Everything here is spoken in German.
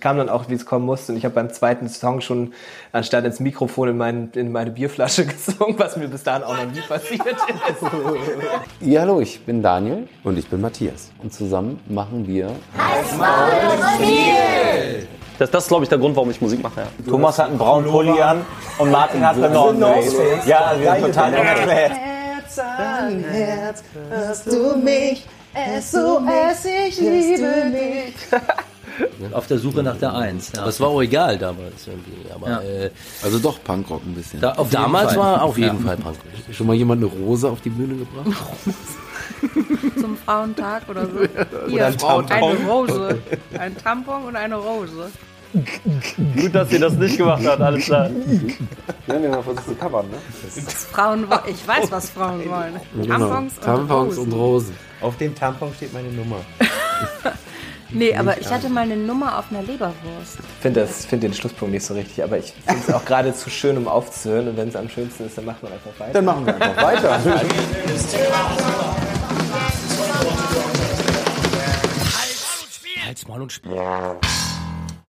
kam dann auch, wie es kommen musste. Und ich habe beim zweiten Song schon anstatt ins Mikrofon in meine Bierflasche gesungen, was mir bis dahin auch noch nie passiert ist. Ja, hallo, ich bin Daniel und ich bin Matthias. Und zusammen machen wir Das ist, glaube ich, der Grund, warum ich Musik mache. Ja. Thomas hat einen braunen Pulli an und Martin hat eine North Face. Ja, wir sind total Herz an Herz, hörst du mich? SOS, ich liebe dich. Auf der Suche nach der Eins. Ja. Das war auch egal damals irgendwie. Aber, Ja. also doch Punkrock ein bisschen. Damals war auf jeden Fall Punkrock. Schon mal jemand eine Rose auf die Bühne gebracht? Zum Frauentag oder so. Hier, Oder ein Tampon. eine Rose. Ein Tampon und eine Rose. Gut, dass ihr das nicht gemacht habt, alles klar. Ja, wir haben versucht zu covern, ne? Ich weiß, was Frauen wollen. Tampons und Rosen. Auf dem Tampon steht meine Nummer. Nee, aber ich hatte mal eine Nummer auf einer Leberwurst. Ich finde den Schlusspunkt nicht so richtig, aber ich finde es auch gerade zu schön, um aufzuhören. Und wenn es am schönsten ist, dann macht man einfach weiter. Dann machen wir einfach weiter. Halt's Maul und Spiel.